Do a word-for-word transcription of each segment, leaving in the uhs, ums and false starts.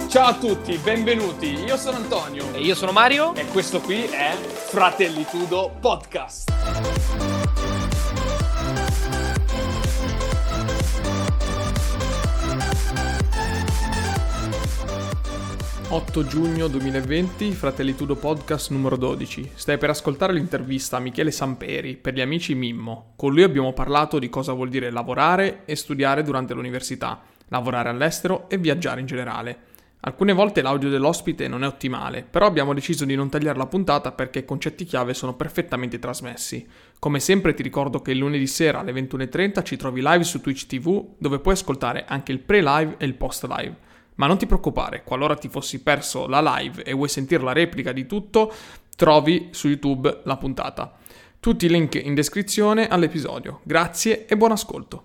Ciao a tutti, benvenuti. Io sono Antonio. E io sono Mario. E questo qui è Fratellitudo Podcast. otto giugno duemilaventi, Fratellitudo Podcast numero dodici. Stai per ascoltare l'intervista a Michele Samperi per gli amici Mimmo. Con lui abbiamo parlato di cosa vuol dire lavorare e studiare durante l'università, lavorare all'estero e viaggiare in generale. Alcune volte l'audio dell'ospite non è ottimale, però abbiamo deciso di non tagliare la puntata perché i concetti chiave sono perfettamente trasmessi. Come sempre ti ricordo che il lunedì sera alle ventuno e trenta ci trovi live su Twitch T V, dove puoi ascoltare anche il pre-live e il post-live. Ma non ti preoccupare, qualora ti fossi perso la live e vuoi sentire la replica di tutto, trovi su YouTube la puntata. Tutti i link in descrizione all'episodio. Grazie e buon ascolto.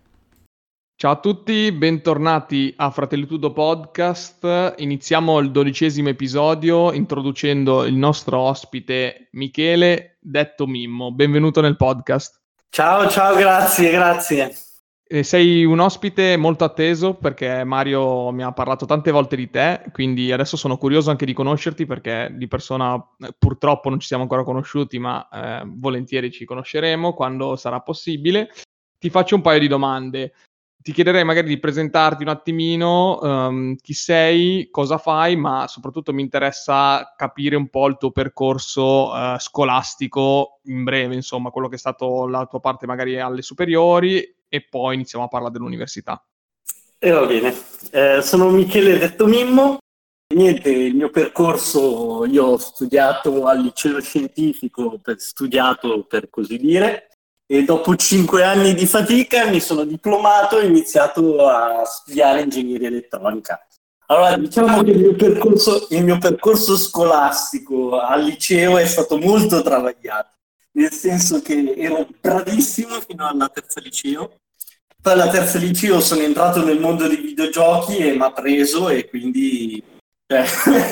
Ciao a tutti, bentornati a Fratellitudo Podcast. Iniziamo il dodicesimo episodio introducendo il nostro ospite Michele, detto Mimmo. Benvenuto nel podcast. Ciao, ciao, grazie, grazie. Sei un ospite molto atteso perché Mario mi ha parlato tante volte di te, quindi adesso sono curioso anche di conoscerti perché di persona purtroppo non ci siamo ancora conosciuti, ma eh, volentieri ci conosceremo quando sarà possibile. Ti faccio un paio di domande. Ti chiederei magari di presentarti un attimino, um, chi sei, cosa fai, ma soprattutto mi interessa capire un po' il tuo percorso uh, scolastico in breve, insomma, quello che è stato la tua parte magari alle superiori e poi iniziamo a parlare dell'università. E va bene, eh, sono Michele detto Mimmo. Niente, il mio percorso, io ho studiato al liceo scientifico, per, studiato per così dire, e dopo cinque anni di fatica mi sono diplomato e ho iniziato a studiare ingegneria elettronica. Allora, diciamo che il mio percorso, il mio percorso scolastico al liceo è stato molto travagliato, nel senso che ero bravissimo fino alla terza liceo. Poi alla terza liceo sono entrato nel mondo dei videogiochi e mi ha preso e quindi eh,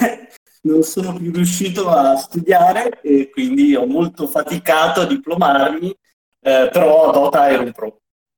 non sono più riuscito a studiare e quindi ho molto faticato a diplomarmi. Eh, però a Dota ero un pro.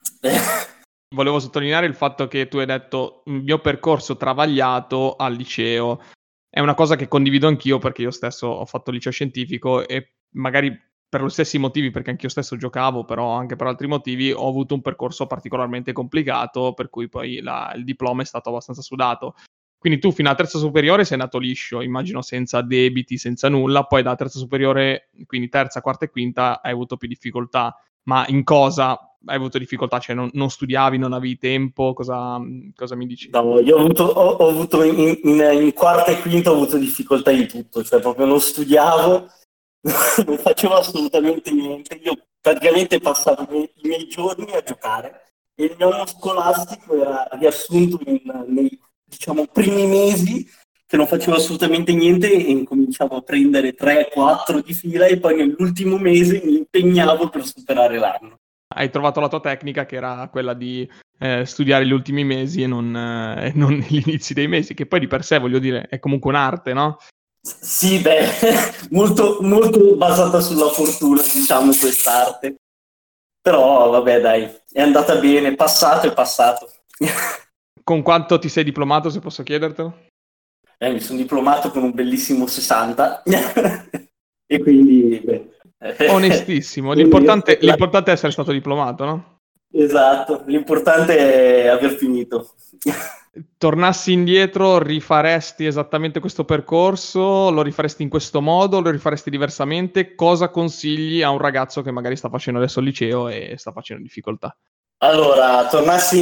Volevo sottolineare il fatto che tu hai detto il mio percorso travagliato al liceo. È una cosa che condivido anch'io perché io stesso ho fatto il liceo scientifico e magari per gli stessi motivi, perché anch'io stesso giocavo, però anche per altri motivi ho avuto un percorso particolarmente complicato, per cui poi la, il diploma è stato abbastanza sudato. Quindi tu fino alla terza superiore sei andato liscio, immagino senza debiti, senza nulla, poi dalla terza superiore, quindi terza, quarta e quinta, hai avuto più difficoltà. Ma in cosa hai avuto difficoltà? Cioè non, non studiavi, non avevi tempo? Cosa, cosa mi dici? No, io ho avuto, ho, ho avuto in, in, in quarta e quinta ho avuto difficoltà in tutto, cioè proprio non studiavo, non facevo assolutamente niente. Io praticamente passavo i miei, i miei giorni a giocare e il mio anno scolastico era riassunto in, nei diciamo primi mesi che non facevo assolutamente niente e incominciavo a prendere tre quattro di fila e poi nell'ultimo mese mi impegnavo per superare l'anno. Hai trovato la tua tecnica che era quella di eh, studiare gli ultimi mesi e non, eh, e non gli inizi dei mesi, che poi di per sé, voglio dire, è comunque un'arte, no? Sì, beh, molto, molto basata sulla fortuna, diciamo, quest'arte. Però, vabbè, dai, è andata bene, passato è passato. Con quanto ti sei diplomato, se posso chiedertelo? Eh, mi sono diplomato con un bellissimo sessanta e quindi beh. Onestissimo, l'importante, l'importante è essere stato diplomato, no? Esatto, l'importante è aver finito. Tornassi indietro, rifaresti esattamente questo percorso? Lo rifaresti in questo modo? Lo rifaresti diversamente? Cosa consigli a un ragazzo che magari sta facendo adesso il liceo e sta facendo difficoltà? Allora, tornassi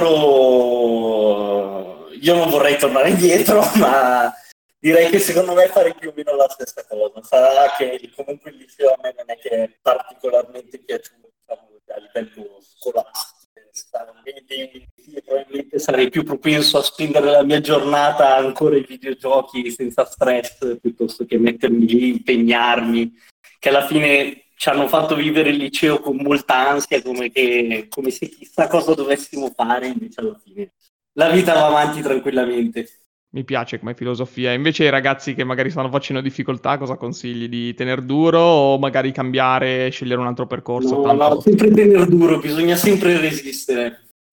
indietro, io non vorrei tornare indietro, ma direi che secondo me farei più o meno la stessa cosa. Sarà che comunque il liceo a me non è che è particolarmente piaciuto, diciamo, a livello scolastico. Quindi sì, probabilmente sarei più propenso a spendere la mia giornata ancora ai videogiochi senza stress, piuttosto che mettermi lì, impegnarmi, che alla fine ci hanno fatto vivere il liceo con molta ansia, come, che, come se chissà cosa dovessimo fare, invece alla fine la vita va avanti tranquillamente. Mi piace come filosofia. Invece ai ragazzi che magari stanno facendo difficoltà, cosa consigli? Di tener duro o magari cambiare, scegliere un altro percorso? No, Tanto... no, sempre tener duro, bisogna sempre resistere.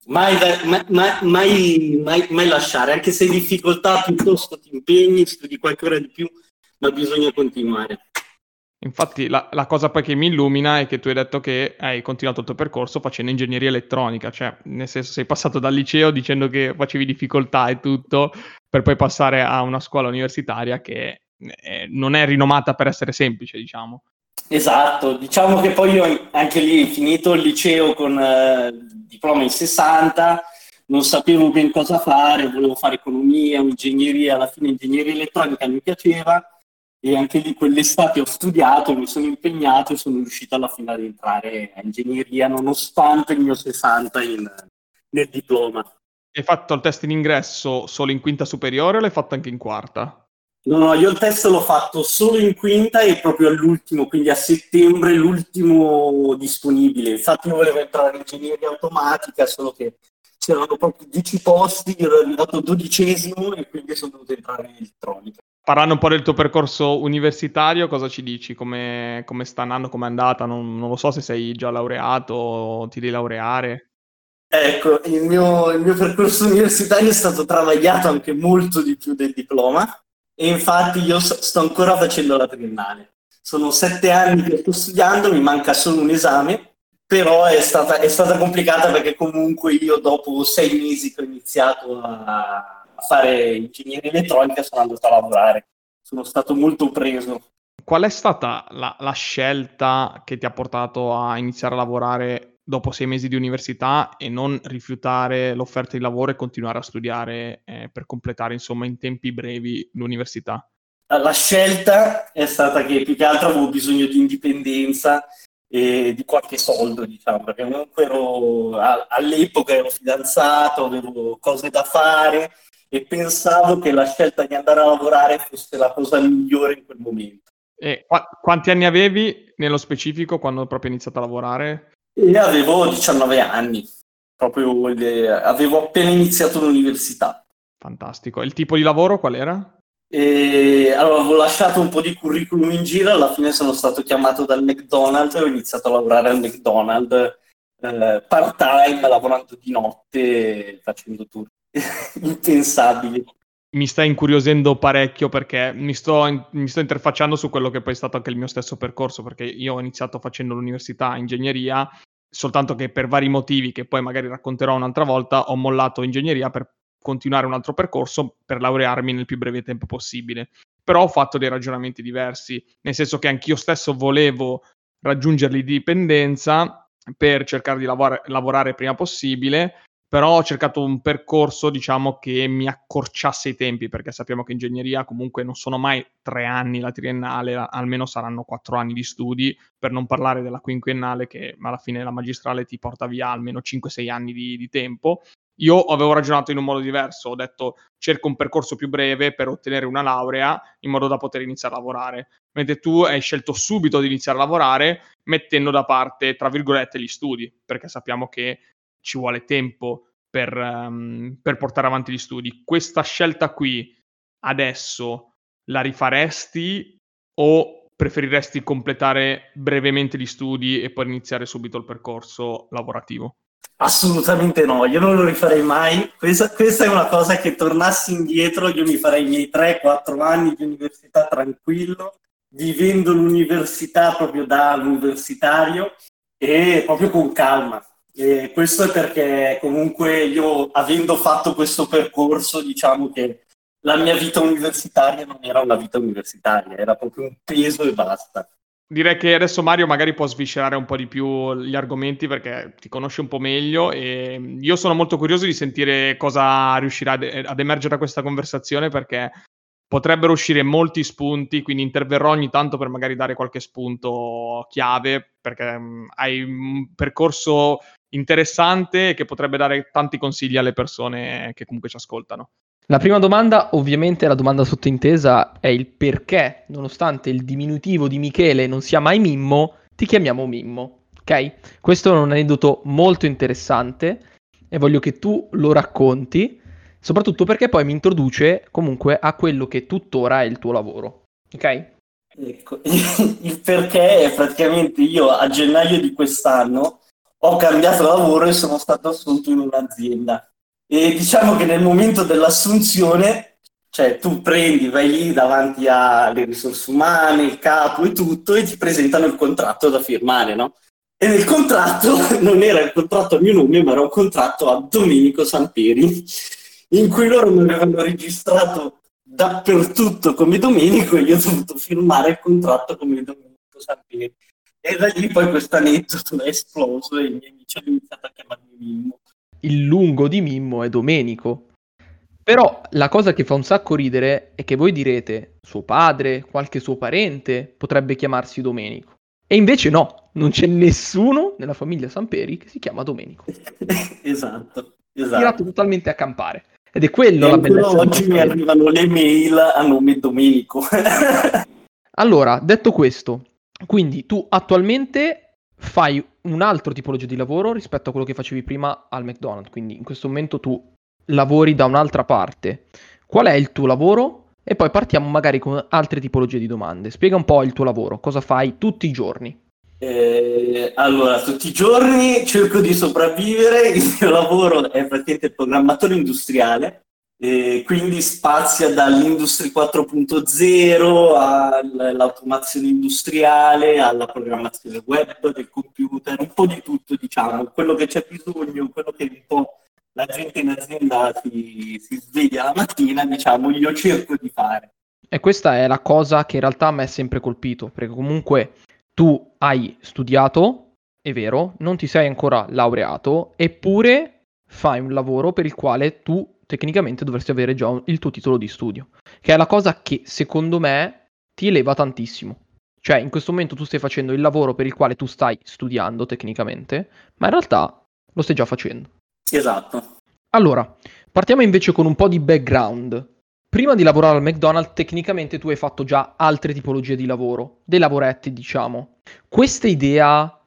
Mai, mai, mai, mai, mai, mai lasciare, anche se hai difficoltà, piuttosto ti impegni, studi qualche ora di più, ma bisogna continuare. Infatti la, la cosa poi che mi illumina è che tu hai detto che hai continuato il tuo percorso facendo ingegneria elettronica, cioè nel senso sei passato dal liceo dicendo che facevi difficoltà e tutto, per poi passare a una scuola universitaria che eh, non è rinomata per essere semplice, diciamo. Esatto, diciamo che poi io anche lì finito il liceo con eh, diploma in sessanta, non sapevo ben cosa fare, volevo fare economia, ingegneria, alla fine ingegneria elettronica mi piaceva e anche lì quell'estate ho studiato, mi sono impegnato e sono riuscito alla fine ad entrare a ingegneria nonostante il mio sessanta in, nel diploma. Hai fatto il test in ingresso solo in quinta superiore o l'hai fatto anche in quarta? No, no, io il test l'ho fatto solo in quinta e proprio all'ultimo, quindi a settembre, l'ultimo disponibile. Infatti io volevo entrare in ingegneria automatica, solo che c'erano proprio dieci posti, ero arrivato dodicesimo e quindi sono dovuto entrare in elettronica. Parlando un po' del tuo percorso universitario, cosa ci dici? Come, come sta andando? Come è andata? Non, non lo so se sei già laureato o ti devi laureare. Ecco, il mio, il mio percorso universitario è stato travagliato anche molto di più del diploma e infatti io sto ancora facendo la triennale. Sono sette anni che sto studiando, mi manca solo un esame, però è stata, è stata complicata perché comunque io dopo sei mesi che ho iniziato a fare ingegneria elettronica sono andato a lavorare. Sono stato molto preso. Qual è stata la, la scelta che ti ha portato a iniziare a lavorare dopo sei mesi di università e non rifiutare l'offerta di lavoro e continuare a studiare eh, per completare, insomma, in tempi brevi l'università? La scelta è stata che più che altro avevo bisogno di indipendenza e di qualche soldo, diciamo, perché comunque ero, a, all'epoca ero fidanzato, avevo cose da fare e pensavo che la scelta di andare a lavorare fosse la cosa migliore in quel momento. E qua- quanti anni avevi nello specifico quando proprio hai iniziato a lavorare? E avevo diciannove anni, proprio le, avevo appena iniziato l'università. Fantastico. E il tipo di lavoro qual era? E allora avevo lasciato un po' di curriculum in giro, alla fine sono stato chiamato dal McDonald's e ho iniziato a lavorare al McDonald's eh, part time, lavorando di notte, facendo turni impensabili. Mi sta incuriosendo parecchio perché mi sto, in- mi sto interfacciando su quello che poi è stato anche il mio stesso percorso, perché io ho iniziato facendo l'università ingegneria, soltanto che per vari motivi che poi magari racconterò un'altra volta, ho mollato ingegneria per continuare un altro percorso per laurearmi nel più breve tempo possibile. Però ho fatto dei ragionamenti diversi, nel senso che anch'io stesso volevo raggiungere l'indipendenza per cercare di lavorare, lavorare il prima possibile, però ho cercato un percorso, diciamo, che mi accorciasse i tempi, perché sappiamo che ingegneria comunque non sono mai tre anni la triennale, almeno saranno quattro anni di studi, per non parlare della quinquennale che alla fine la magistrale ti porta via almeno cinque sei anni di, di tempo. Io avevo ragionato in un modo diverso, ho detto cerco un percorso più breve per ottenere una laurea in modo da poter iniziare a lavorare, mentre tu hai scelto subito di iniziare a lavorare mettendo da parte, tra virgolette, gli studi, perché sappiamo che ci vuole tempo per, um, per portare avanti gli studi. Questa scelta qui adesso la rifaresti o preferiresti completare brevemente gli studi e poi iniziare subito il percorso lavorativo? Assolutamente no, io non lo rifarei mai. Questa, questa è una cosa che tornassi indietro, io mi farei i miei tre quattro anni di università tranquillo, vivendo l'università proprio da universitario e proprio con calma. E questo è perché comunque io, avendo fatto questo percorso, diciamo che la mia vita universitaria non era una vita universitaria, era proprio un peso e basta. Direi che adesso Mario magari può sviscerare un po' di più gli argomenti perché ti conosce un po' meglio e io sono molto curioso di sentire cosa riuscirà ad, ad emergere da questa conversazione perché potrebbero uscire molti spunti, quindi interverrò ogni tanto per magari dare qualche spunto chiave perché mh, hai un percorso interessante che potrebbe dare tanti consigli alle persone che comunque ci ascoltano. La prima domanda, ovviamente la domanda sottintesa, è il perché, nonostante il diminutivo di Michele non sia mai Mimmo, ti chiamiamo Mimmo, ok? Questo è un aneddoto molto interessante e voglio che tu lo racconti, soprattutto perché poi mi introduce comunque a quello che tuttora è il tuo lavoro, ok? Ecco, il perché è praticamente io a gennaio di quest'anno ho cambiato lavoro e sono stato assunto in un'azienda. E diciamo che nel momento dell'assunzione, cioè tu prendi, vai lì davanti alle risorse umane, il capo e tutto, e ti presentano il contratto da firmare, no? E nel contratto non era il contratto a mio nome, ma era un contratto a Domenico Samperi, in cui loro mi avevano registrato dappertutto come Domenico e io ho dovuto firmare il contratto come Domenico Samperi. E da lì poi questo aneddoto è esploso e i miei amici hanno iniziato a chiamarmi Mimmo. Il lungo di Mimmo è Domenico. Però la cosa che fa un sacco ridere è che voi direte suo padre, qualche suo parente potrebbe chiamarsi Domenico. E invece no, non c'è nessuno nella famiglia Samperi che si chiama Domenico. Esatto, Tirato esatto. totalmente a campare. Ed è quello E la ancora bellezza di oggi mi Samperi. arrivano le mail a nome Domenico. Allora, detto questo, quindi tu attualmente fai un altro tipologia di lavoro rispetto a quello che facevi prima al McDonald's, quindi in questo momento tu lavori da un'altra parte. Qual è il tuo lavoro? E poi partiamo magari con altre tipologie di domande. Spiega un po' il tuo lavoro, cosa fai tutti i giorni. Eh, allora, tutti i giorni cerco di sopravvivere, il mio lavoro è praticamente il programmatore industriale, eh, quindi spazia dall'Industry quattro punto zero all'automazione industriale, alla programmazione web del computer, un po' di tutto, diciamo, quello che c'è bisogno, quello che un po' la gente in azienda si, si sveglia la mattina, diciamo, io cerco di fare. E questa è la cosa che in realtà a me è sempre colpito, perché comunque tu hai studiato, è vero, non ti sei ancora laureato, eppure fai un lavoro per il quale tu tecnicamente dovresti avere già il tuo titolo di studio, che è la cosa che secondo me ti eleva tantissimo. Cioè, in questo momento tu stai facendo il lavoro per il quale tu stai studiando tecnicamente, ma in realtà lo stai già facendo. Esatto. Allora, partiamo invece con un po' di background. Prima di lavorare al McDonald's, tecnicamente tu hai fatto già altre tipologie di lavoro, dei lavoretti, diciamo. Questa idea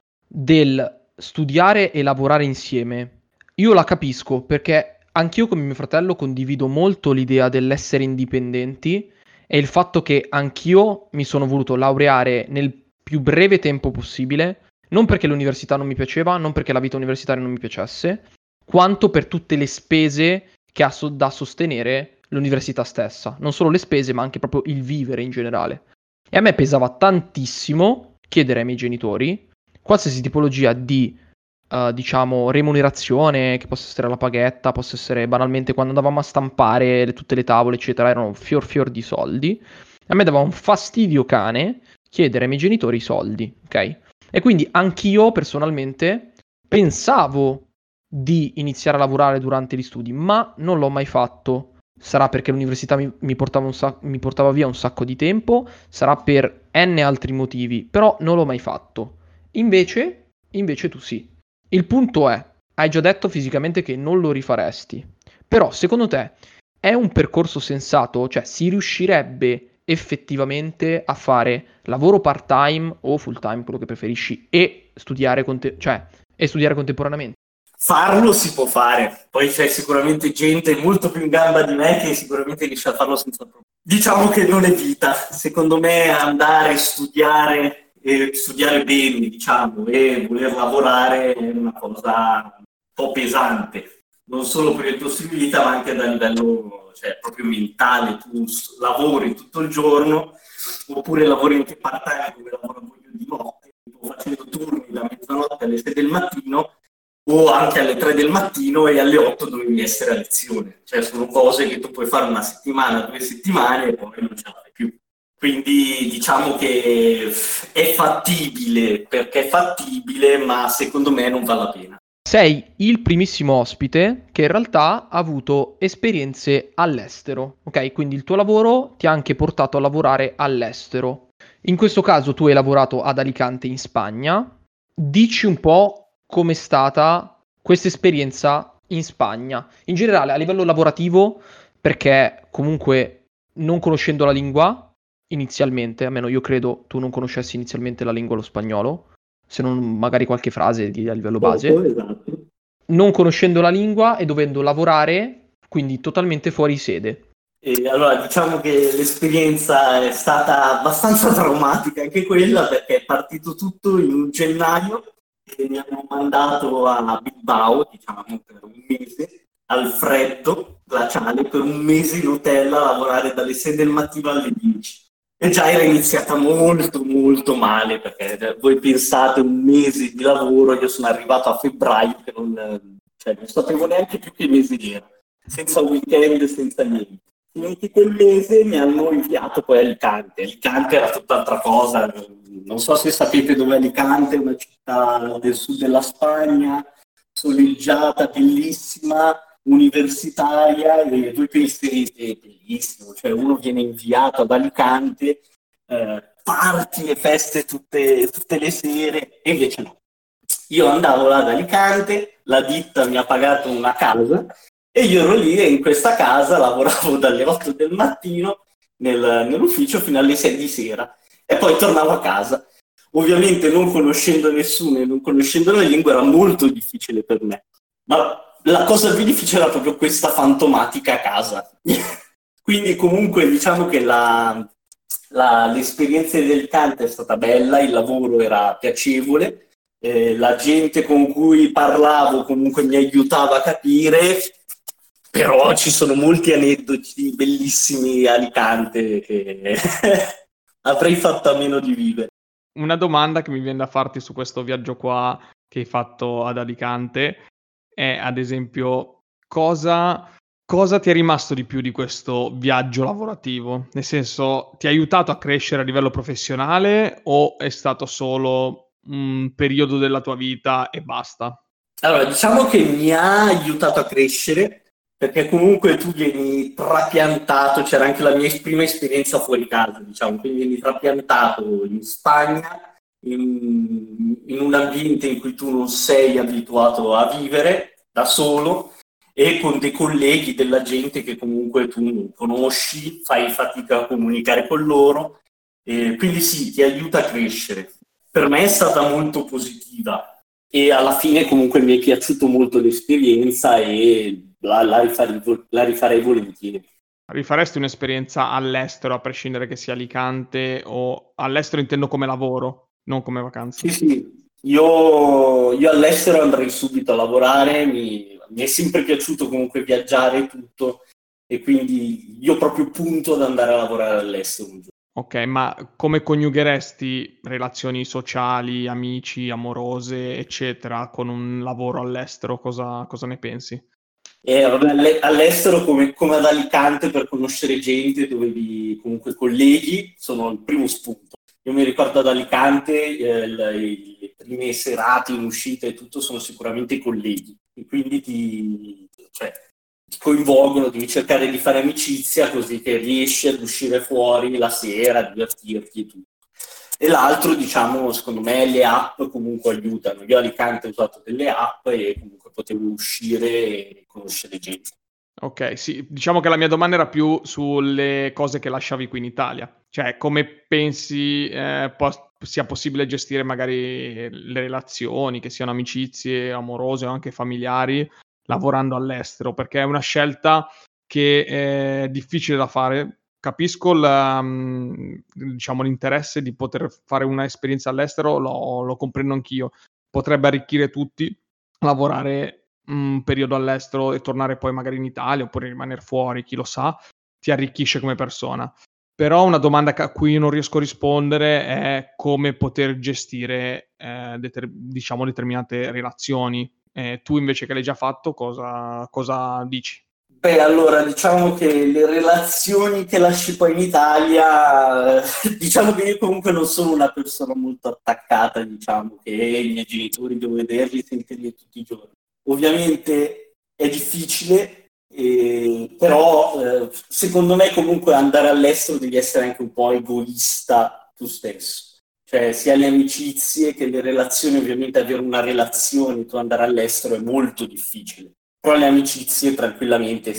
del studiare e lavorare insieme, io la capisco perché anch'io come mio fratello condivido molto l'idea dell'essere indipendenti e il fatto che anch'io mi sono voluto laureare nel più breve tempo possibile, non perché l'università non mi piaceva, non perché la vita universitaria non mi piacesse, quanto per tutte le spese che ha so- da sostenere l'università stessa. Non solo le spese, ma anche proprio il vivere in generale. E a me pesava tantissimo chiedere ai miei genitori qualsiasi tipologia di, uh, diciamo, remunerazione, che possa essere la paghetta, possa essere banalmente quando andavamo a stampare le, tutte le tavole, eccetera, erano fior fior di soldi. A me dava un fastidio cane chiedere ai miei genitori i soldi, ok? E quindi anch'io personalmente pensavo di iniziare a lavorare durante gli studi, ma non l'ho mai fatto. Sarà perché l'università mi, mi, portava un sac- mi portava via un sacco di tempo, sarà per n altri motivi, però non l'ho mai fatto. Invece, invece tu sì. Il punto è, hai già detto fisicamente che non lo rifaresti, però secondo te è un percorso sensato? Cioè si riuscirebbe effettivamente a fare lavoro part-time o full-time, quello che preferisci, e studiare, conte- cioè, e studiare contemporaneamente? Farlo si può fare, poi c'è sicuramente gente molto più in gamba di me che sicuramente riesce a farlo senza problemi. Diciamo che non è vita, secondo me andare a studiare e studiare bene, diciamo, e voler lavorare è una cosa un po' pesante, non solo per il tuo stile di vita ma anche a livello, cioè, proprio mentale, tu lavori tutto il giorno oppure lavori anche part-time come lavoro io di notte, facendo turni da mezzanotte alle sei del mattino o anche alle tre del mattino e alle otto dovevi essere a lezione. Cioè sono cose che tu puoi fare una settimana, due settimane e poi non ce la fai più. Quindi diciamo che è fattibile, perché è fattibile, ma secondo me non vale la pena. Sei il primissimo ospite che in realtà ha avuto esperienze all'estero, ok? Quindi il tuo lavoro ti ha anche portato a lavorare all'estero. In questo caso tu hai lavorato ad Alicante in Spagna. Dici un po' com'è stata questa esperienza in Spagna, in generale a livello lavorativo, perché comunque non conoscendo la lingua inizialmente, almeno io credo tu non conoscessi inizialmente la lingua lo spagnolo, se non magari qualche frase di, a livello base, Poco, esatto. non conoscendo la lingua e dovendo lavorare, quindi totalmente fuori sede. E allora diciamo che l'esperienza è stata abbastanza traumatica anche quella perché è partito tutto in un gennaio che mi hanno mandato a Bilbao, diciamo, per un mese, al freddo glaciale, per un mese in hotel a lavorare dalle sei del mattino alle dieci. E già era iniziata molto molto male, perché voi pensate un mese di lavoro, io sono arrivato a febbraio che non, cioè, non sapevo neanche più che mese era, senza weekend, senza niente. Finiti quel mese mi hanno inviato poi a Alicante. Alicante era tutt'altra cosa, non so se sapete dov'è Alicante, una città del sud della Spagna, soleggiata, bellissima, universitaria, e voi penserete bellissimo, cioè uno viene inviato ad Alicante, eh, party e feste tutte, tutte le sere, e invece no. Io andavo là ad Alicante, la ditta mi ha pagato una casa e io ero lì, e in questa casa lavoravo dalle otto del mattino nel, nell'ufficio fino alle sei di sera, e poi tornavo a casa. Ovviamente non conoscendo nessuno e non conoscendo la lingua era molto difficile per me, ma la cosa più difficile era proprio questa fantomatica casa. Quindi comunque diciamo che la, la, l'esperienza di Alicante è stata bella, il lavoro era piacevole, eh, la gente con cui parlavo comunque mi aiutava a capire, però ci sono molti aneddoti bellissimi a Alicante che avrei fatto a meno di vivere. Una domanda che mi viene da farti su questo viaggio qua che hai fatto ad Alicante è, ad esempio, cosa, cosa ti è rimasto di più di questo viaggio lavorativo? Nel senso, ti ha aiutato a crescere a livello professionale o è stato solo un periodo della tua vita e basta? Allora, diciamo che mi ha aiutato a crescere, perché comunque tu vieni trapiantato, c'era anche la mia prima esperienza fuori casa, diciamo, quindi vieni trapiantato in Spagna, in, in un ambiente in cui tu non sei abituato a vivere da solo, e con dei colleghi, della gente che comunque tu non conosci, fai fatica a comunicare con loro, e quindi sì, ti aiuta a crescere. Per me è stata molto positiva. E alla fine comunque mi è piaciuto molto l'esperienza e la, la, rifarei, la rifarei volentieri. Rifaresti un'esperienza all'estero, a prescindere che sia Alicante o all'estero intendo come lavoro, non come vacanza? Sì, sì, io, io all'estero andrei subito a lavorare, mi, mi è sempre piaciuto comunque viaggiare e tutto, e quindi io proprio punto ad andare a lavorare all'estero un giorno. Ok, ma come coniugheresti relazioni sociali, amici, amorose, eccetera, con un lavoro all'estero? Cosa, cosa ne pensi? E vabbè, all'estero come, come ad Alicante, per conoscere gente, dovevi comunque colleghi, sono il primo spunto. Io mi ricordo ad Alicante, eh, le, le prime serate in uscita e tutto sono sicuramente i colleghi, e quindi ti, cioè, ti coinvolgono, devi cercare di fare amicizia così che riesci ad uscire fuori la sera, a divertirti e tutto. E l'altro, diciamo, secondo me le app comunque aiutano. Io a Alicante ho usato delle app e comunque potevo uscire e conoscere gente. Ok, sì, diciamo che la mia domanda era più sulle cose che lasciavi qui in Italia, cioè come pensi eh, pos- sia possibile gestire magari le relazioni, che siano amicizie, amorose o anche familiari, lavorando all'estero, perché è una scelta che è difficile da fare. Capisco la, mh, diciamo, l'interesse di poter fare un'esperienza all'estero, lo, lo comprendo anch'io, potrebbe arricchire tutti, lavorare un periodo all'estero e tornare poi magari in Italia oppure rimanere fuori, chi lo sa, ti arricchisce come persona. Però una domanda a cui non riesco a rispondere è come poter gestire eh, deter- diciamo determinate relazioni. Eh, tu invece che l'hai già fatto, cosa, cosa dici? Beh, allora, diciamo che le relazioni che lasci poi in Italia, diciamo che io comunque non sono una persona molto attaccata, diciamo che i miei genitori devo vederli, sentirli tutti i giorni. Ovviamente è difficile, eh, però eh, secondo me comunque andare all'estero devi essere anche un po' egoista tu stesso. Cioè sia le amicizie che le relazioni, ovviamente avere una relazione, tu andare all'estero è molto difficile. Però le amicizie tranquillamente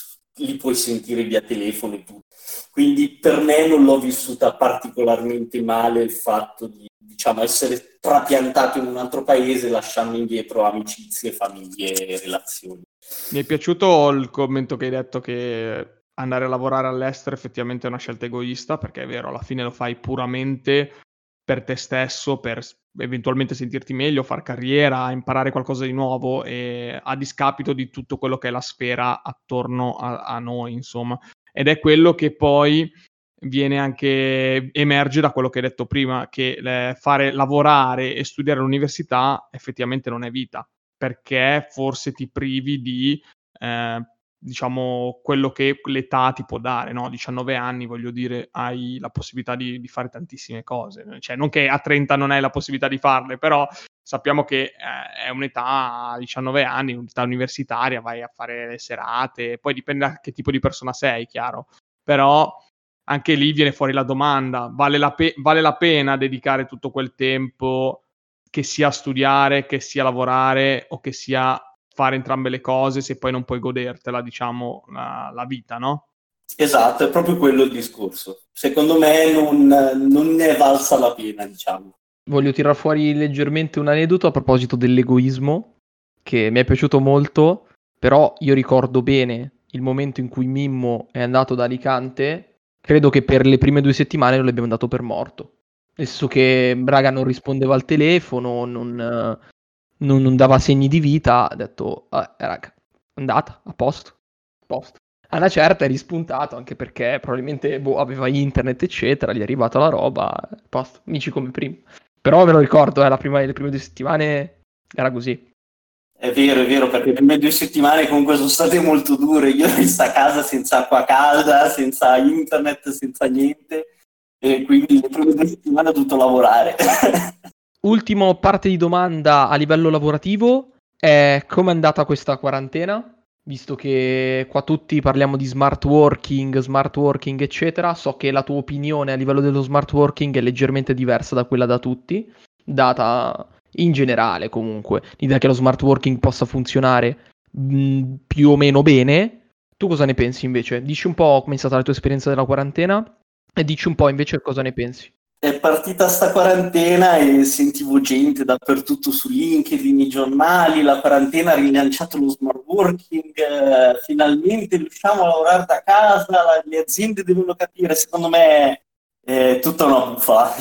li puoi sentire via telefono e tutto. Quindi per me non l'ho vissuta particolarmente male il fatto di, diciamo, essere trapiantato in un altro paese lasciando indietro amicizie, famiglie e relazioni. Mi è piaciuto il commento che hai detto che andare a lavorare all'estero effettivamente è una scelta egoista, perché è vero, alla fine lo fai puramente per te stesso, per eventualmente sentirti meglio, far carriera, imparare qualcosa di nuovo, e a discapito di tutto quello che è la sfera attorno a, a noi, insomma. Ed è quello che poi viene anche, emerge da quello che hai detto prima, che eh, fare lavorare e studiare all'università effettivamente non è vita, perché forse ti privi di eh, diciamo quello che l'età ti può dare, no? diciannove anni, voglio dire, hai la possibilità di, di fare tantissime cose, cioè non che a trenta non hai la possibilità di farle, però sappiamo che eh, è un'età, a diciannove anni, un'età universitaria, vai a fare le serate, poi dipende da che tipo di persona sei, chiaro, però anche lì viene fuori la domanda, vale la, pe- vale la pena dedicare tutto quel tempo, che sia a studiare, che sia a lavorare o che sia fare entrambe le cose, se poi non puoi godertela, diciamo, la, la vita, no? Esatto, è proprio quello il discorso. Secondo me non, non ne è valsa la pena, diciamo. Voglio tirar fuori leggermente un aneddoto a proposito dell'egoismo, che mi è piaciuto molto, però io ricordo bene il momento in cui Mimmo è andato da Alicante, credo che per le prime due settimane lo abbiamo dato per morto. Nel senso che Braga non rispondeva al telefono, non, non, non dava segni di vita, ha detto, ah, raga, andata, a posto, a posto. A una certa è rispuntato, anche perché probabilmente boh, aveva internet, eccetera, gli è arrivata la roba, a posto, amici come prima. Però me lo ricordo, eh, la prima, le prime due settimane era così. È vero, è vero, perché le prime due settimane comunque sono state molto dure. Io ero in a casa senza acqua calda, senza internet, senza niente, e quindi le prime due settimane ho dovuto lavorare. Ultima parte di domanda a livello lavorativo è come è andata questa quarantena? Visto che qua tutti parliamo di smart working, smart working, eccetera, so che la tua opinione a livello dello smart working è leggermente diversa da quella da tutti, data in generale comunque l'idea che lo smart working possa funzionare mh, più o meno bene. Tu cosa ne pensi invece? Dici un po' come è stata la tua esperienza della quarantena e dici un po' invece cosa ne pensi. È partita sta quarantena e sentivo gente dappertutto su LinkedIn, i giornali, la quarantena ha rilanciato lo smart working, eh, finalmente riusciamo a lavorare da casa, la, le aziende devono capire, secondo me è tutta una bufala,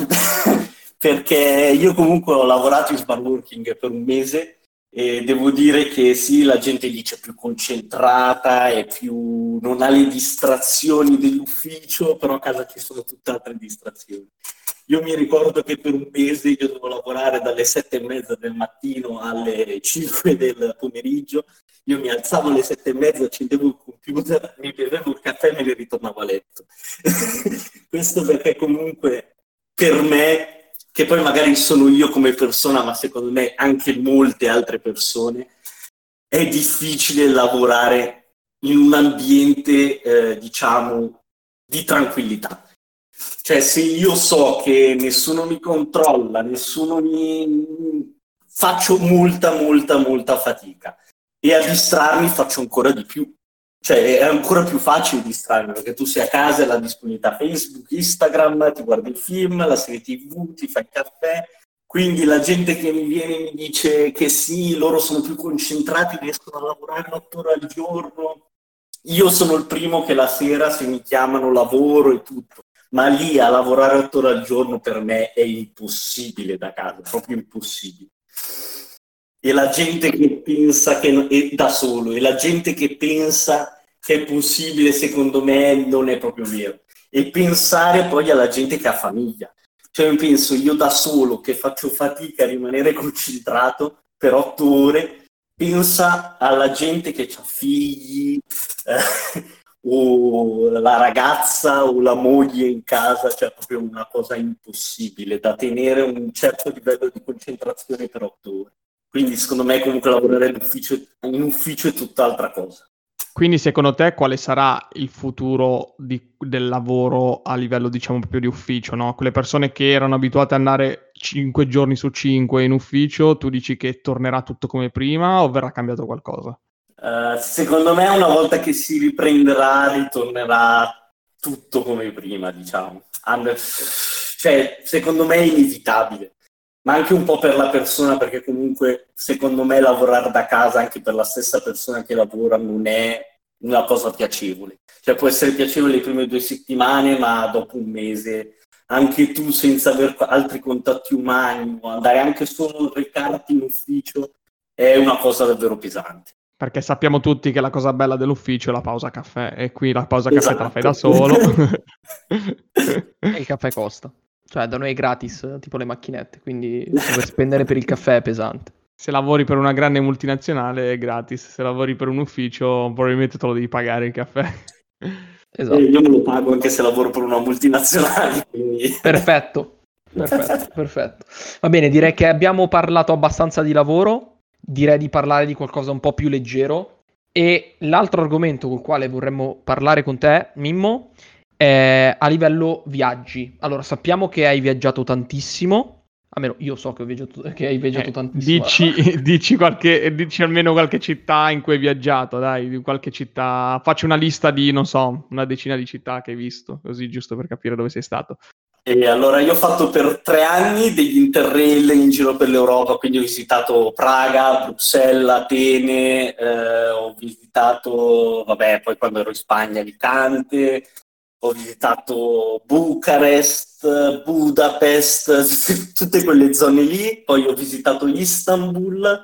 perché io comunque ho lavorato in smart working per un mese e devo dire che sì, la gente lì c'è più concentrata, è più, non ha le distrazioni dell'ufficio, però a casa ci sono tutte altre distrazioni. Io mi ricordo che per un mese io dovevo lavorare dalle sette e mezza del mattino alle cinque del pomeriggio. Io mi alzavo alle sette e mezza, accendevo il computer, mi bevevo il caffè e me ne ritornavo a letto. Questo perché comunque per me, che poi magari sono io come persona, ma secondo me anche molte altre persone, è difficile lavorare in un ambiente, eh, diciamo, di tranquillità. Cioè, se io so che nessuno mi controlla, nessuno mi... faccio molta, molta, molta fatica. E a distrarmi faccio ancora di più. Cioè, è ancora più facile distrarmi, perché tu sei a casa e la disponibilità Facebook, Instagram, ti guardi il film, la serie tivù, ti fai il caffè. Quindi la gente che mi viene e mi dice che sì, loro sono più concentrati, riescono a lavorare otto ore al giorno. Io sono il primo che la sera, se mi chiamano, lavoro e tutto. Ma lì a lavorare otto ore al giorno per me è impossibile da casa, proprio impossibile. E la gente che pensa che è da solo, e la gente che pensa che è possibile, secondo me non è proprio vero. E pensare poi alla gente che ha famiglia. Cioè, io penso, io da solo che faccio fatica a rimanere concentrato per otto ore, pensa alla gente che ha figli, eh, o la ragazza o la moglie in casa, cioè proprio una cosa impossibile da tenere un certo livello di concentrazione per otto ore. Quindi secondo me comunque lavorare in ufficio, in ufficio è tutt'altra cosa. Quindi secondo te quale sarà il futuro di, del lavoro a livello, diciamo, proprio di ufficio, no? Quelle persone che erano abituate ad andare cinque giorni su cinque in ufficio, tu dici che tornerà tutto come prima o verrà cambiato qualcosa? Uh, secondo me una volta che si riprenderà ritornerà tutto come prima, diciamo. And- cioè, secondo me è inevitabile, ma anche un po' per la persona, perché comunque secondo me lavorare da casa anche per la stessa persona che lavora non è una cosa piacevole. Cioè può essere piacevole le prime due settimane, ma dopo un mese anche tu senza avere altri contatti umani o andare anche solo recarti in ufficio è una cosa davvero pesante. Perché sappiamo tutti che la cosa bella dell'ufficio è la pausa caffè, e qui la pausa caffè Esatto. te la fai da solo. E il caffè costa. Cioè, da noi è gratis, tipo le macchinette, quindi dover spendere per il caffè è pesante. Se lavori per una grande multinazionale è gratis, se lavori per un ufficio probabilmente te lo devi pagare il caffè. Esatto. E io me lo pago anche se lavoro per una multinazionale. Quindi... Perfetto, perfetto, perfetto. Va bene, direi che abbiamo parlato abbastanza di lavoro. Direi di parlare di qualcosa un po' più leggero. E l'altro argomento col quale vorremmo parlare con te, Mimmo, è a livello viaggi. Allora, sappiamo che hai viaggiato tantissimo. Almeno io so che, ho viaggiato, che hai viaggiato Eh, tantissimo. dici, dici, qualche, dici almeno qualche città in cui hai viaggiato, dai, di qualche città. Faccio una lista di, non so, una decina di città che hai visto, così giusto per capire dove sei stato. E allora io ho fatto per tre anni degli interrail in giro per l'Europa, quindi ho visitato Praga, Bruxelles, Atene, eh, ho visitato, vabbè, poi quando ero in Spagna, Alicante, ho visitato Bucarest, Budapest, tutte quelle zone lì, poi ho visitato Istanbul,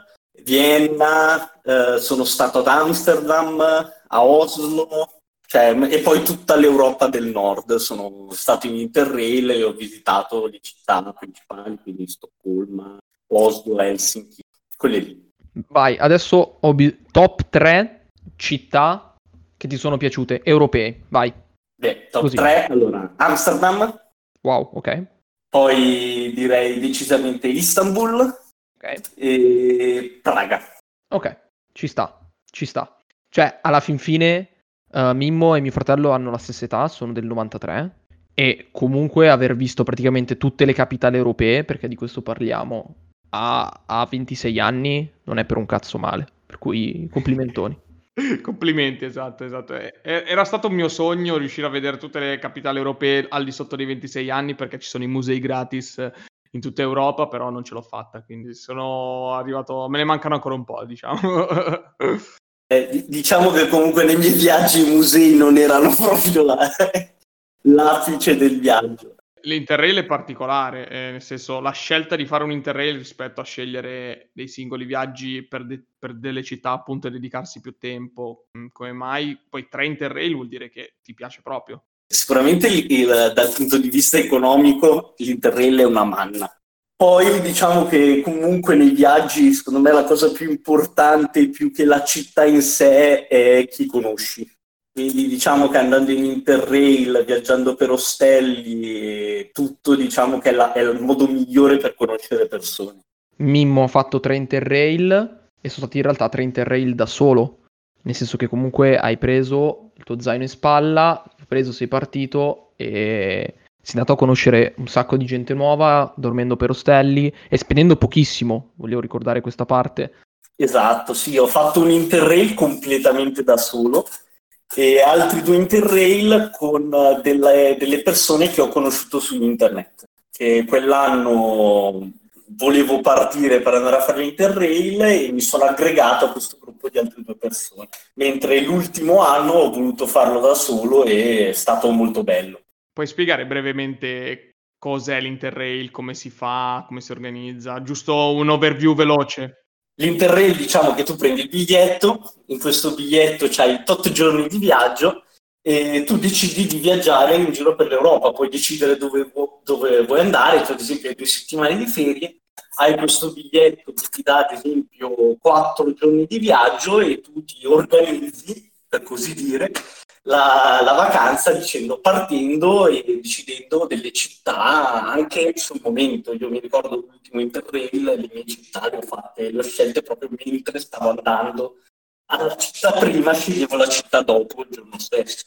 Vienna, eh, sono stato ad Amsterdam, a Oslo, cioè, e poi tutta l'Europa del Nord. Sono stato in Interrail e ho visitato le città principali, quindi Stoccolma, Oslo, Helsinki, quelle lì. Vai, adesso ho bi- top tre città che ti sono piaciute, europee, vai. Beh, top Così. tre, allora, Amsterdam. Wow, ok. Poi direi decisamente Istanbul, Ok. E Praga. Ok, ci sta, ci sta. Cioè, alla fin fine, uh, Mimmo e mio fratello hanno la stessa età, sono del novantatré, e comunque aver visto praticamente tutte le capitali europee, perché di questo parliamo, a, a ventisei anni non è per un cazzo male, per cui complimentoni. Complimenti, esatto, esatto. Era stato un mio sogno riuscire a vedere tutte le capitali europee al di sotto dei ventisei anni, perché ci sono i musei gratis in tutta Europa, però non ce l'ho fatta, quindi sono arrivato, me ne mancano ancora un po', diciamo. Eh, diciamo che comunque nei miei viaggi i musei non erano proprio la, l'apice del viaggio. L'Interrail è particolare, eh, nel senso, la scelta di fare un Interrail rispetto a scegliere dei singoli viaggi per, de- per delle città, appunto, e dedicarsi più tempo, mh, come mai? Poi tre Interrail vuol dire che ti piace proprio. Sicuramente il, il, dal punto di vista economico l'Interrail è una manna. Poi diciamo che comunque nei viaggi, secondo me, la cosa più importante, più che la città in sé, è chi conosci. Quindi diciamo che andando in Interrail, viaggiando per ostelli e tutto, diciamo che è, la, è il modo migliore per conoscere persone. Mimmo ha fatto tre Interrail e sono stati in realtà tre Interrail da solo, nel senso che comunque hai preso il tuo zaino in spalla, hai preso, sei partito e sei andato a conoscere un sacco di gente nuova, dormendo per ostelli e spendendo pochissimo, volevo ricordare questa parte. Esatto, sì, ho fatto un Interrail completamente da solo e altri due Interrail con delle, delle persone che ho conosciuto su internet. Che quell'anno volevo partire per andare a fare l'Interrail e mi sono aggregato a questo gruppo di altre due persone, mentre l'ultimo anno ho voluto farlo da solo e è stato molto bello. Puoi spiegare brevemente cos'è l'Interrail, come si fa, come si organizza? Giusto un overview veloce. L'Interrail, diciamo che tu prendi il biglietto, in questo biglietto c'hai otto giorni di viaggio e tu decidi di viaggiare in giro per l'Europa, puoi decidere dove, dove vuoi andare, cioè ad esempio hai due settimane di ferie, hai questo biglietto che ti dà ad esempio quattro giorni di viaggio e tu ti organizzi, per così dire, la, la vacanza dicendo, partendo e decidendo delle città anche sul momento. Io mi ricordo l'ultimo Interrail, le mie città le ho fatte, le ho scelte proprio mentre stavo andando alla città prima, sceglievo la città dopo il giorno stesso.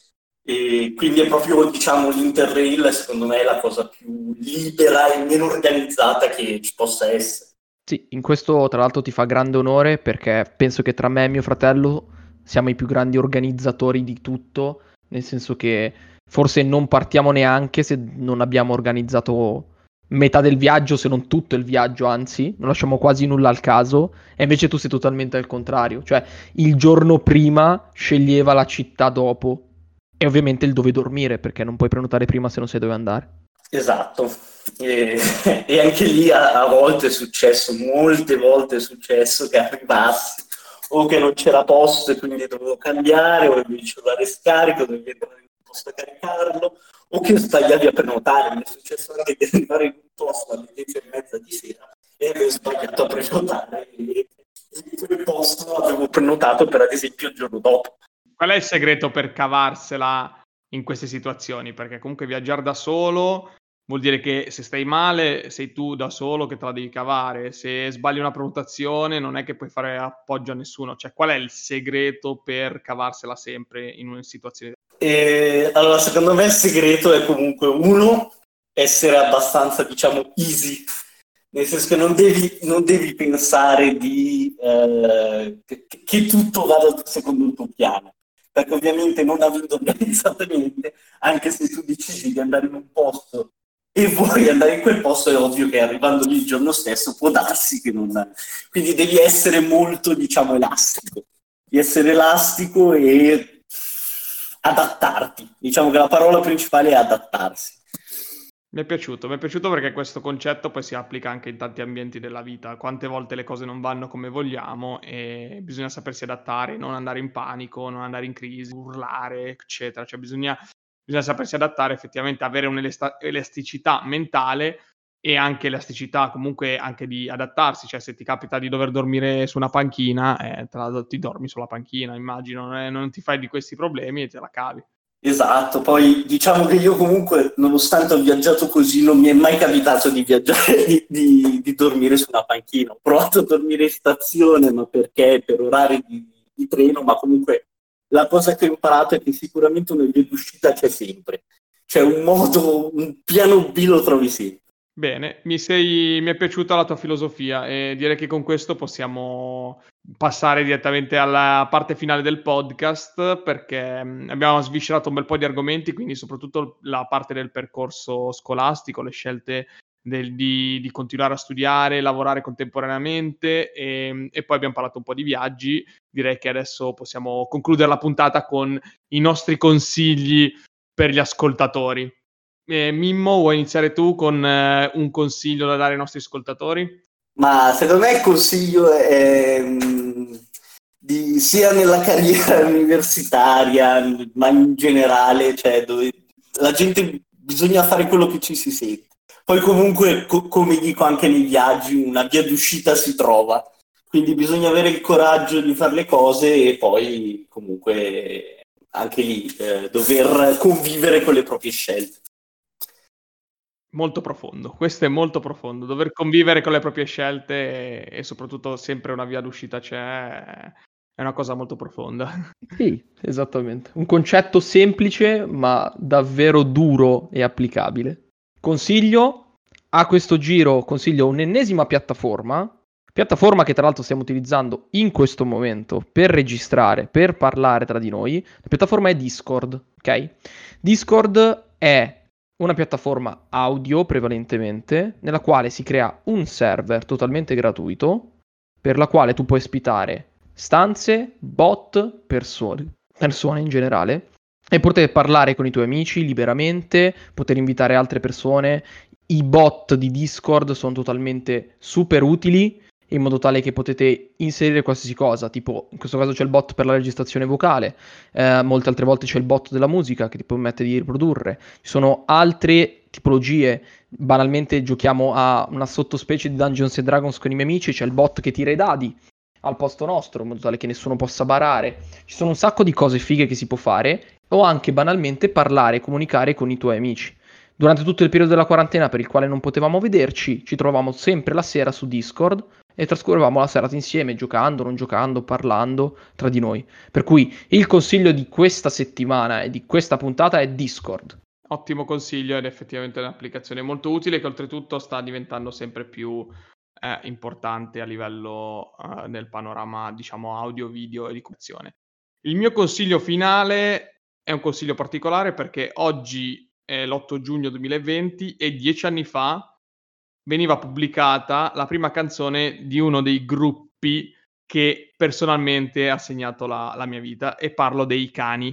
E quindi è proprio, diciamo, l'Interrail secondo me è la cosa più libera e meno organizzata che ci possa essere. Sì, in questo tra l'altro ti fa grande onore perché penso che tra me e mio fratello siamo i più grandi organizzatori di tutto, nel senso che forse non partiamo neanche se non abbiamo organizzato metà del viaggio, se non tutto il viaggio, anzi, non lasciamo quasi nulla al caso, e invece tu sei totalmente al contrario, cioè il giorno prima sceglieva la città dopo e ovviamente il dove dormire, perché non puoi prenotare prima se non sai dove andare. Esatto, e, e anche lì a, a volte è successo, molte volte è successo che arrivassi o che non c'era posto e quindi dovevo cambiare, o il cellulare scarico, dovevi entrare in un posto a caricarlo, o che sbagliavi a prenotare. Mi è successo anche di arrivare in un posto alle dieci e mezza di sera e avevo sbagliato a prenotare e in quel posto avevo prenotato per ad esempio il giorno dopo. Qual è il segreto per cavarsela in queste situazioni? Perché comunque viaggiare da solo vuol dire che se stai male sei tu da solo che te la devi cavare, se sbagli una prenotazione non è che puoi fare appoggio a nessuno, cioè qual è il segreto per cavarsela sempre in una situazione? E, allora, secondo me il segreto è comunque uno, essere abbastanza, diciamo, easy, nel senso che non devi, non devi pensare di, eh, che, che tutto vada secondo il tuo piano, perché ovviamente non avendo organizzato niente, anche se tu decidi di andare in un posto e vuoi andare in quel posto, è ovvio che arrivando lì il giorno stesso può darsi che non... Quindi devi essere molto, diciamo, elastico, di essere elastico e adattarti. Diciamo che la parola principale è adattarsi. Mi è piaciuto, mi è piaciuto perché questo concetto poi si applica anche in tanti ambienti della vita. Quante volte le cose non vanno come vogliamo e bisogna sapersi adattare, non andare in panico, non andare in crisi, urlare, eccetera. Cioè bisogna, bisogna sapersi adattare, effettivamente avere un'elasticità mentale e anche elasticità comunque anche di adattarsi. Cioè se ti capita di dover dormire su una panchina, eh, te la, ti dormi sulla panchina, immagino, non, è, non ti fai di questi problemi e te la cavi. Esatto, poi diciamo che io comunque, nonostante ho viaggiato così, non mi è mai capitato di viaggiare, di, di, di dormire su una panchina. Ho provato a dormire in stazione, ma perché per orari di, di treno, ma comunque la cosa che ho imparato è che sicuramente una via d'uscita c'è sempre. C'è un modo, un piano B lo trovi sempre. Bene, mi, sei, mi è piaciuta la tua filosofia e direi che con questo possiamo passare direttamente alla parte finale del podcast perché mh, abbiamo sviscerato un bel po' di argomenti, quindi soprattutto la parte del percorso scolastico, le scelte del, di, di continuare a studiare, lavorare contemporaneamente e, e poi abbiamo parlato un po' di viaggi. Direi che adesso possiamo concludere la puntata con i nostri consigli per gli ascoltatori. Eh, Mimmo, vuoi iniziare tu con eh, un consiglio da dare ai nostri ascoltatori? Ma secondo me il consiglio è mh, di, sia nella carriera universitaria, ma in generale, cioè dove la gente bisogna fare quello che ci si sente. Poi comunque, co- come dico anche nei viaggi, una via d'uscita si trova. Quindi bisogna avere il coraggio di fare le cose e poi comunque anche lì eh, dover convivere con le proprie scelte. Molto profondo, questo è molto profondo. Dover convivere con le proprie scelte e, e soprattutto sempre una via d'uscita c'è, è una cosa molto profonda. Sì, esattamente. Un concetto semplice ma davvero duro e applicabile. Consiglio, a questo giro consiglio un'ennesima piattaforma, piattaforma che tra l'altro stiamo utilizzando in questo momento per registrare, per parlare tra di noi. La piattaforma è Discord, ok? Discord è una piattaforma audio prevalentemente, nella quale si crea un server totalmente gratuito, per la quale tu puoi ospitare stanze, bot, persone, persone in generale, e poter parlare con i tuoi amici liberamente, poter invitare altre persone. I bot di Discord sono totalmente super utili, in modo tale che potete inserire qualsiasi cosa, tipo in questo caso c'è il bot per la registrazione vocale, eh, molte altre volte c'è il bot della musica che ti permette di riprodurre, ci sono altre tipologie, banalmente giochiamo a una sottospecie di Dungeons and Dragons con i miei amici, c'è il bot che tira i dadi al posto nostro, in modo tale che nessuno possa barare. Ci sono un sacco di cose fighe che si può fare, o anche banalmente parlare e comunicare con i tuoi amici. Durante tutto il periodo della quarantena per il quale non potevamo vederci, ci trovavamo sempre la sera su Discord e trascorrevamo la serata insieme, giocando, non giocando, parlando tra di noi. Per cui il consiglio di questa settimana e di questa puntata è Discord. Ottimo consiglio ed effettivamente è un'applicazione molto utile che oltretutto sta diventando sempre più eh, importante a livello eh, nel panorama, diciamo, audio, video e di comunicazione. Il mio consiglio finale è un consiglio particolare perché oggi è l'otto giugno duemilaventi e dieci anni fa veniva pubblicata la prima canzone di uno dei gruppi che personalmente ha segnato la, la mia vita e parlo dei Cani.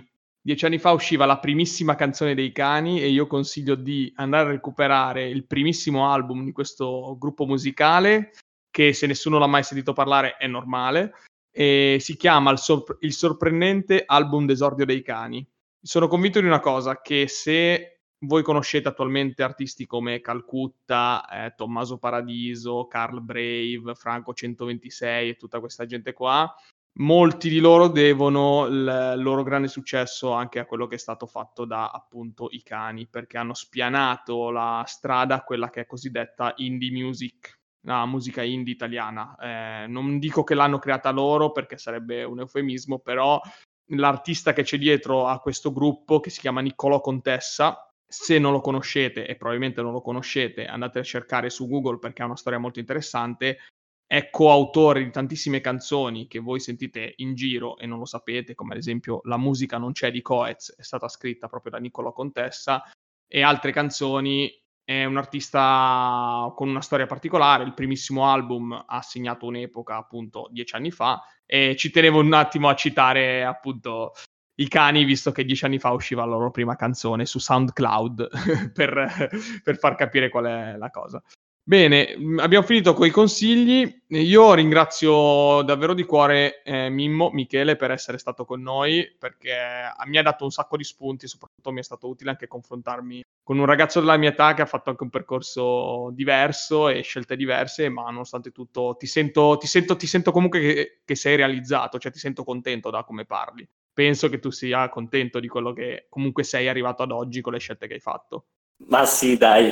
Dieci anni fa usciva la primissima canzone dei Cani e io consiglio di andare a recuperare il primissimo album di questo gruppo musicale, che se nessuno l'ha mai sentito parlare è normale, e si chiama Il, Sor- il sorprendente album d'esordio dei Cani. Sono convinto di una cosa, che se voi conoscete attualmente artisti come Calcutta, eh, Tommaso Paradiso, Carl Brave, Franco centoventisei e tutta questa gente qua, molti di loro devono il loro grande successo anche a quello che è stato fatto da appunto i Cani, perché hanno spianato la strada a quella che è cosiddetta indie music, la musica indie italiana. Eh, non dico che l'hanno creata loro perché sarebbe un eufemismo, però l'artista che c'è dietro a questo gruppo, che si chiama Niccolò Contessa, se non lo conoscete, e probabilmente non lo conoscete, andate a cercare su Google perché ha una storia molto interessante. È coautore di tantissime canzoni che voi sentite in giro e non lo sapete, come ad esempio La musica non c'è di Coez, è stata scritta proprio da Niccolò Contessa, e altre canzoni. È un artista con una storia particolare. Il primissimo album ha segnato un'epoca, appunto, dieci anni fa, e ci tenevo un attimo a citare appunto i Cani, visto che dieci anni fa usciva la loro prima canzone su SoundCloud per, per far capire qual è la cosa. Bene, abbiamo finito con i consigli. Io ringrazio davvero di cuore eh, Mimmo, Michele, per essere stato con noi, perché mi ha dato un sacco di spunti e soprattutto mi è stato utile anche confrontarmi con un ragazzo della mia età che ha fatto anche un percorso diverso e scelte diverse, ma nonostante tutto ti sento, ti sento, ti sento comunque che, che sei realizzato, cioè ti sento contento da come parli. Penso che tu sia contento di quello che comunque sei arrivato ad oggi con le scelte che hai fatto. Ma sì, dai.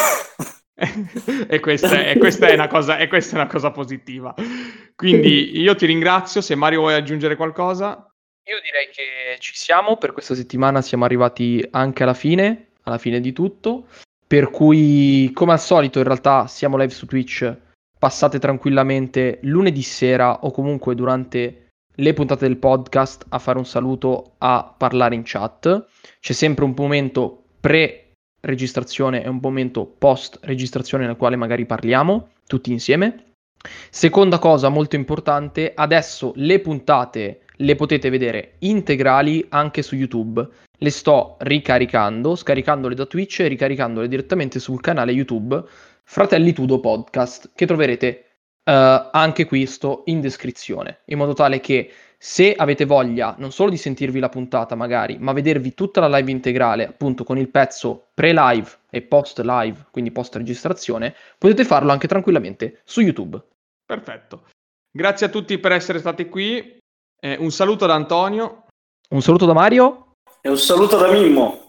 e, questa è, e, questa è una cosa, e questa è una cosa positiva. Quindi io ti ringrazio. Se Mario vuoi aggiungere qualcosa. Io direi che ci siamo, per questa settimana siamo arrivati anche alla fine, alla fine di tutto, per cui come al solito in realtà siamo live su Twitch, passate tranquillamente lunedì sera o comunque durante le puntate del podcast a fare un saluto, a parlare in chat. C'è sempre un momento pre-registrazione e un momento post-registrazione nel quale magari parliamo tutti insieme. Seconda cosa molto importante, adesso le puntate le potete vedere integrali anche su YouTube. Le sto ricaricando, scaricandole da Twitch e ricaricandole direttamente sul canale YouTube Fratelli Tudo Podcast, che troverete uh, anche questo in descrizione, in modo tale che se avete voglia non solo di sentirvi la puntata magari, ma vedervi tutta la live integrale, appunto con il pezzo pre-live e post-live, quindi post-registrazione, potete farlo anche tranquillamente su YouTube. Perfetto. Grazie a tutti per essere stati qui. Eh, un saluto da Antonio. Un saluto da Mario. E un saluto da Mimmo.